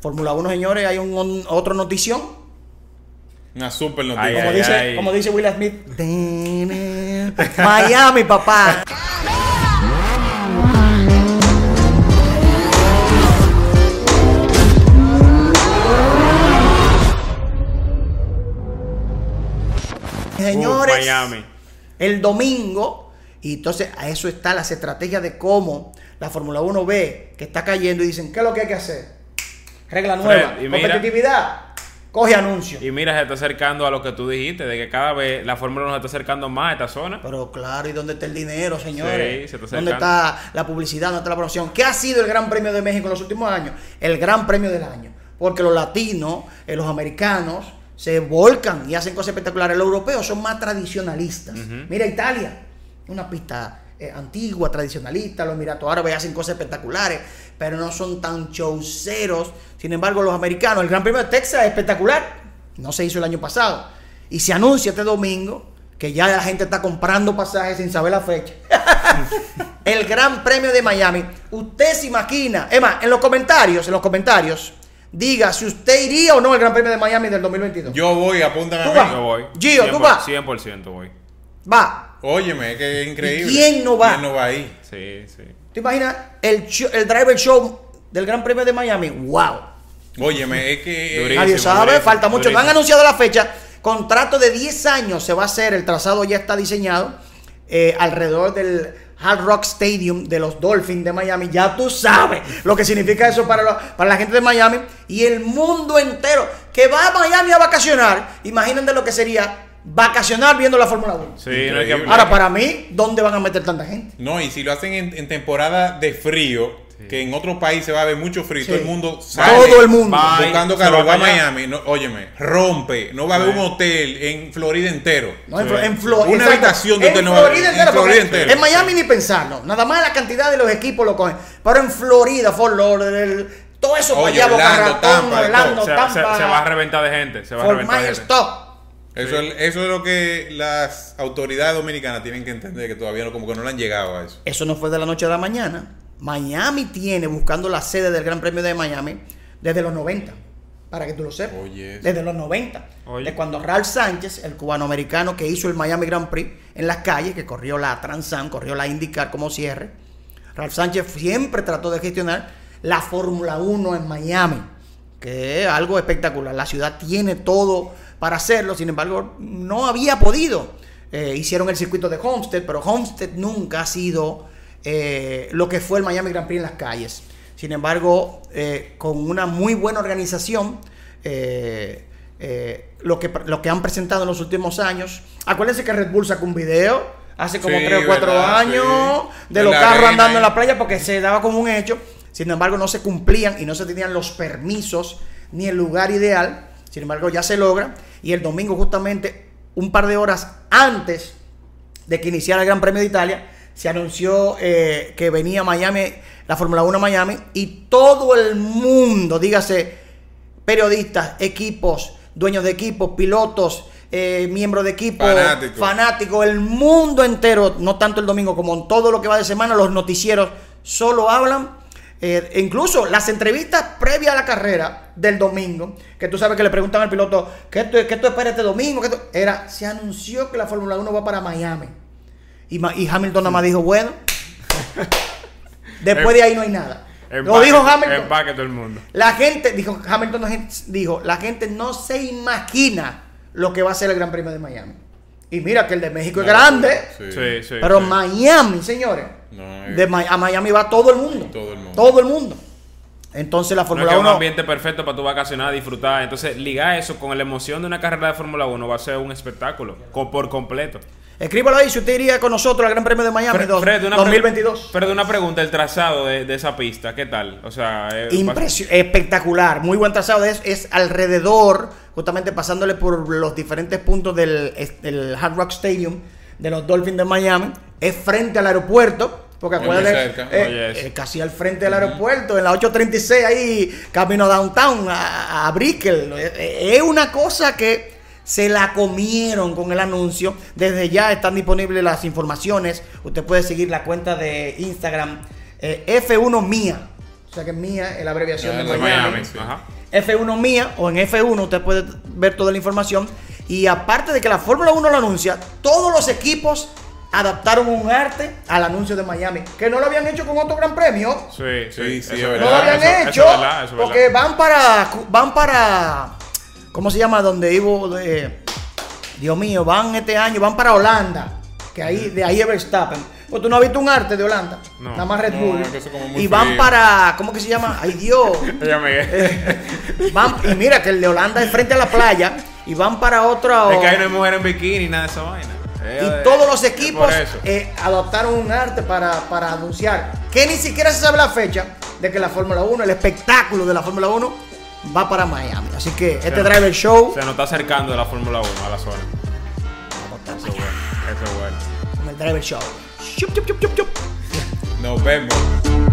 Fórmula 1, señores, hay otro notición. Una super noticia. Como dice Will Smith. Miami, papá. Señores, Miami. El domingo, y entonces a eso está las estrategias de cómo la Fórmula 1 ve que está cayendo y dicen, ¿qué es lo que hay que hacer? Regla nueva, competitividad, coge anuncios. Y mira, se está acercando a lo que tú dijiste, de que cada vez la Fórmula 1 se está acercando más a esta zona. Pero claro, ¿y dónde está el dinero, señores? Sí, se está ¿Dónde está la publicidad? ¿Dónde está la promoción? ¿Qué ha sido el Gran Premio de México en los últimos años? El Gran Premio del año. Porque los latinos, los americanos, se volcan y hacen cosas espectaculares. Los europeos son más tradicionalistas. Mira Italia, una pista antigua, tradicionalista. Los Emiratos Árabes hacen cosas espectaculares, pero no son tan showceros. Sin embargo, los americanos, el Gran Premio de Texas es espectacular. No se hizo el año pasado. Y se anuncia este domingo que ya la gente está comprando pasajes sin saber la fecha. El Gran Premio de Miami. Usted se imagina. Es más, en los comentarios, diga si usted iría o no al Gran Premio de Miami del 2022. Yo voy, apúntame ¿Tú a vas? mí. Yo voy. Gio, ¿tú vas? 100% voy. Va. Óyeme, que es increíble. ¿Y quién no va? ¿Quién no va ahí? Sí, sí. ¿Te imaginas el driver show del Gran Premio de Miami? ¡Wow! Óyeme, es que... Durísimo. Nadie sabe, durísimo, falta mucho. No han durísimo. anunciado la fecha. Contrato de 10 años se va a hacer. El trazado ya está diseñado alrededor del Hard Rock Stadium de los Dolphins de Miami. Ya tú sabes lo que significa eso para la gente de Miami y el mundo entero que va a Miami a vacacionar. Imagínate lo que sería vacacionar viendo la Fórmula 1. Sí, no hay que Increíble. Ahora, para mí, ¿dónde van a meter tanta gente? No, y si lo hacen en temporada de frío, que en otro país se va a ver mucho frío, Sí. todo el mundo sale Todo el mundo. Va. buscando Se calor, va va a para allá. Miami, no, óyeme, rompe, no va a haber Sí. un hotel en Florida entero. No, en Florida. Una habitación de hotel no va a haber. Florida En entera, Florida porque entera. en Miami ni pensarlo. Nada más la cantidad de los equipos lo cogen. Pero en Florida, Fort Lauderdale, todo eso para Oye, allá, Boca Orlando, Ratón, Tampa, de Orlando, Se Tampa, va a reventar de gente. Se va a Fort reventar de Myers, gente. top. Eso es lo que las autoridades dominicanas tienen que entender, que todavía no, como que no le han llegado a eso. Eso no fue de la noche a la mañana. Miami tiene buscando la sede del Gran Premio de Miami desde los 90. Para que tú lo sepas. Oye, eso. Desde los 90. Oye. De cuando Ralph Sánchez, el cubano-americano que hizo el Miami Grand Prix en las calles, que corrió la Trans Am, corrió la IndyCar como cierre. Ralph Sánchez siempre trató de gestionar la Fórmula 1 en Miami, que es algo espectacular. La ciudad tiene todo para hacerlo, sin embargo, no había podido. Hicieron el circuito de Homestead, pero Homestead nunca ha sido lo que fue el Miami Grand Prix en las calles. Sin embargo, con una muy buena organización, lo que han presentado en los últimos años. Acuérdense que Red Bull sacó un video hace como Sí, 3 o 4 verdad, años sí. de En los la carros arena, andando en la playa porque se daba como un hecho. Sin embargo, no se cumplían y no se tenían los permisos ni el lugar ideal. Sin embargo, ya se logra. Y el domingo, justamente un par de horas antes de que iniciara el Gran Premio de Italia, se anunció que venía Miami, la Fórmula 1 a Miami, y todo el mundo, dígase periodistas, equipos, dueños de equipos, pilotos, miembros de equipo, fanáticos, el mundo entero, no tanto el domingo como en todo lo que va de semana, los noticieros solo hablan. Incluso las entrevistas previas a la carrera del domingo, que tú sabes que le preguntan al piloto, ¿qué tú esperas este domingo? Se anunció que la Fórmula 1 va para Miami. Y Hamilton nada más dijo, bueno, después de ahí no hay nada. Lo dijo Hamilton. Empaque todo el mundo. La gente, Hamilton dijo, la gente no se imagina lo que va a ser el Gran Premio de Miami. Y mira que el de México es grande, Sí. pero Miami, señores, a Miami va todo el mundo. Todo el mundo. Entonces la Fórmula 1... es un ambiente perfecto para tu vacacionar, disfrutar. Entonces, ligar eso con la emoción de una carrera de Fórmula 1 va a ser un espectáculo por completo. Escríbalo ahí si usted iría con nosotros al Gran Premio de Miami Fred, 2022. Pero de una pregunta, el trazado de esa pista, ¿qué tal? O sea, espectacular, muy buen trazado. Es alrededor, justamente pasándole por los diferentes puntos del Hard Rock Stadium de los Dolphins de Miami. Es frente al aeropuerto, porque acuérdate, casi al frente del aeropuerto, en la 836, ahí camino downtown a Brickell. Es una cosa que se la comieron con el anuncio. Desde ya están disponibles las informaciones. Usted puede seguir la cuenta de Instagram F1 Mía. O sea que MIA es la abreviación de de Miami. Miami, sí. Ajá. F1 MIA o en F1 usted puede ver toda la información. Y aparte de que la Fórmula 1 lo anuncia, todos los equipos adaptaron un arte al anuncio de Miami, que no lo habían hecho con otro gran premio. Sí, Sí, eso es es verdad. No lo habían eso hecho. es verdad, eso es porque verdad. van para. ¿Cómo se llama? Donde iba. Dios mío, van este año, van para Holanda. Que ahí, de ahí es Verstappen. Pues tú no has visto un arte de Holanda. No. Nada más Red No, Bull. es que eso como muy Y van frío. para. ¿Cómo que se llama? Ay Dios. Ya me- Y mira que el de Holanda es frente a la playa. Y van para otra. Es que ahí no hay mujer en bikini ni nada de esa vaina. Y todos los Es equipos por eso. adoptaron un arte para anunciar que ni siquiera se sabe la fecha de que la Fórmula 1, el espectáculo de la Fórmula 1, va para Miami. Así que este Se- Driver Show Se nos está acercando de la Fórmula 1 a la zona. vamos a estar Eso es bueno. Eso es bueno. con el Driver Show. Chup, chup, chup, chup, chup. Nos vemos.